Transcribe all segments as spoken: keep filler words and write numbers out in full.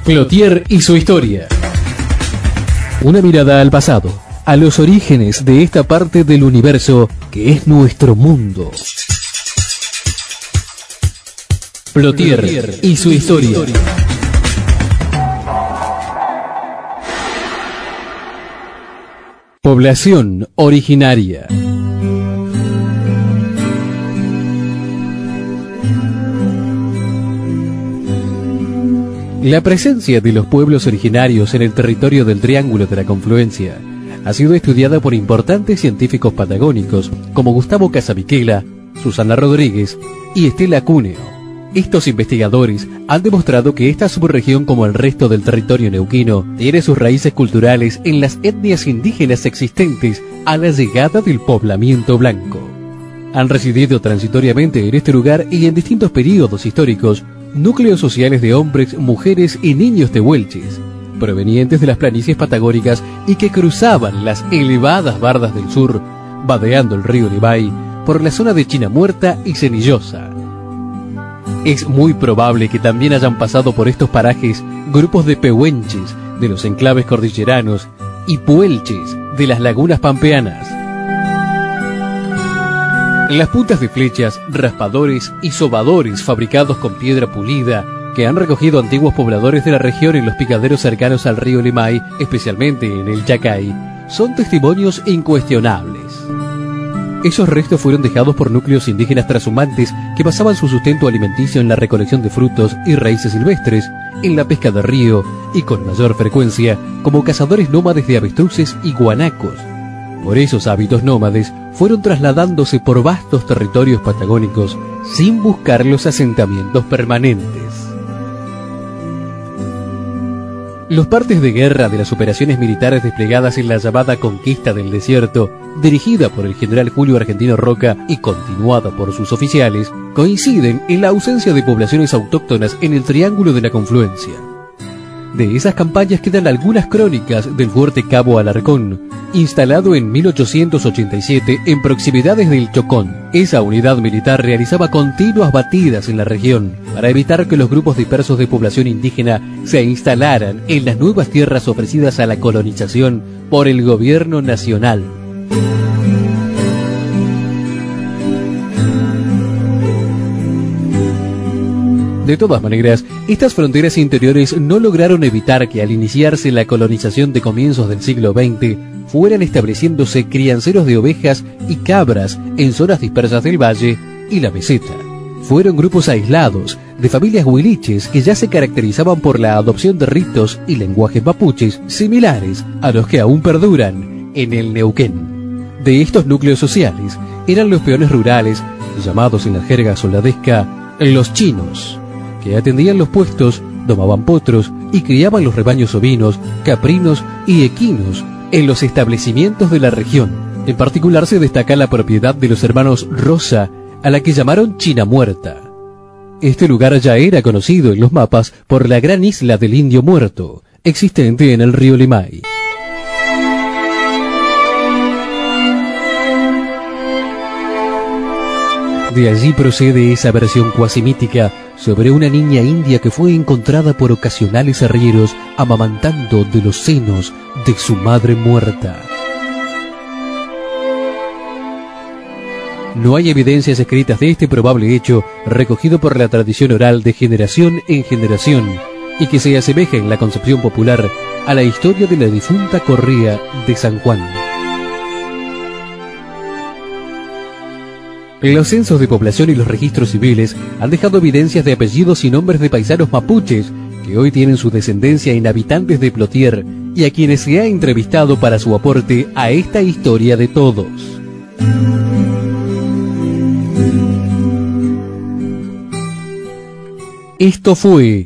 Plotier y su historia. Una mirada al pasado, a los orígenes de esta parte del universo que es nuestro mundo. Plotier y su historia. Población originaria. La presencia de los pueblos originarios en el territorio del Triángulo de la Confluencia ha sido estudiada por importantes científicos patagónicos como Gustavo Casabiquela, Susana Rodríguez y Estela Cúneo. Estos investigadores han demostrado que esta subregión, como el resto del territorio neuquino, tiene sus raíces culturales en las etnias indígenas existentes a la llegada del poblamiento blanco. Han residido transitoriamente en este lugar y en distintos períodos históricos núcleos sociales de hombres, mujeres y niños tehuelches, provenientes de las planicies patagónicas y que cruzaban las elevadas bardas del sur, vadeando el río Limay por la zona de Chinamuerta y Cenillosa. Es muy probable que también hayan pasado por estos parajes grupos de pehuenches de los enclaves cordilleranos y puelches de las lagunas pampeanas. Las puntas de flechas, raspadores y sobadores fabricados con piedra pulida que han recogido antiguos pobladores de la región en los picaderos cercanos al río Limay, especialmente en el Yacay, son testimonios incuestionables. Esos restos fueron dejados por núcleos indígenas trashumantes que basaban su sustento alimenticio en la recolección de frutos y raíces silvestres, en la pesca de río y, con mayor frecuencia, como cazadores nómades de avestruces y guanacos. Por esos hábitos nómades fueron trasladándose por vastos territorios patagónicos sin buscar los asentamientos permanentes. Los partes de guerra de las operaciones militares desplegadas en la llamada Conquista del Desierto, dirigida por el general Julio Argentino Roca y continuada por sus oficiales, coinciden en la ausencia de poblaciones autóctonas en el Triángulo de la Confluencia. De esas campañas quedan algunas crónicas del fuerte Cabo Alarcón, instalado en mil ochocientos ochenta y siete en proximidades del Chocón. Esa unidad militar realizaba continuas batidas en la región para evitar que los grupos dispersos de población indígena se instalaran en las nuevas tierras ofrecidas a la colonización por el gobierno nacional. De todas maneras, estas fronteras interiores no lograron evitar que al iniciarse la colonización de comienzos del siglo veinte fueran estableciéndose crianceros de ovejas y cabras en zonas dispersas del valle y la meseta. Fueron grupos aislados de familias huiliches que ya se caracterizaban por la adopción de ritos y lenguajes mapuches similares a los que aún perduran en el Neuquén. De estos núcleos sociales eran los peones rurales, llamados en la jerga soldadesca los chinos, que atendían los puestos, domaban potros y criaban los rebaños ovinos, caprinos y equinos en los establecimientos de la región. En particular se destaca la propiedad de los hermanos Rosa, a la que llamaron Chinamuerta. Este lugar ya era conocido en los mapas por la gran isla del Indio Muerto, existente en el río Limay. De allí procede esa versión cuasi mítica sobre una niña india que fue encontrada por ocasionales arrieros amamantando de los senos de su madre muerta. No hay evidencias escritas de este probable hecho, recogido por la tradición oral de generación en generación, y que se asemeja en la concepción popular a la historia de la difunta Correa de San Juan. Los censos de población y los registros civiles han dejado evidencias de apellidos y nombres de paisanos mapuches que hoy tienen su descendencia en habitantes de Plotier y a quienes se ha entrevistado para su aporte a esta historia de todos. Esto fue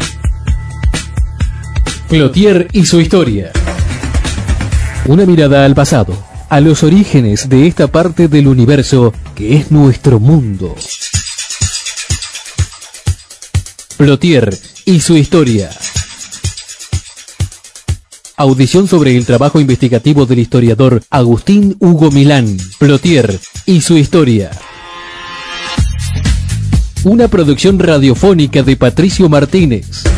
Plotier y su historia. Una mirada al pasado, a los orígenes de esta parte del universo que es nuestro mundo. Plotier y su historia. Audición sobre el trabajo investigativo del historiador Agustín Hugo Milán. Plotier y su historia. Una producción radiofónica de Patricio Martínez.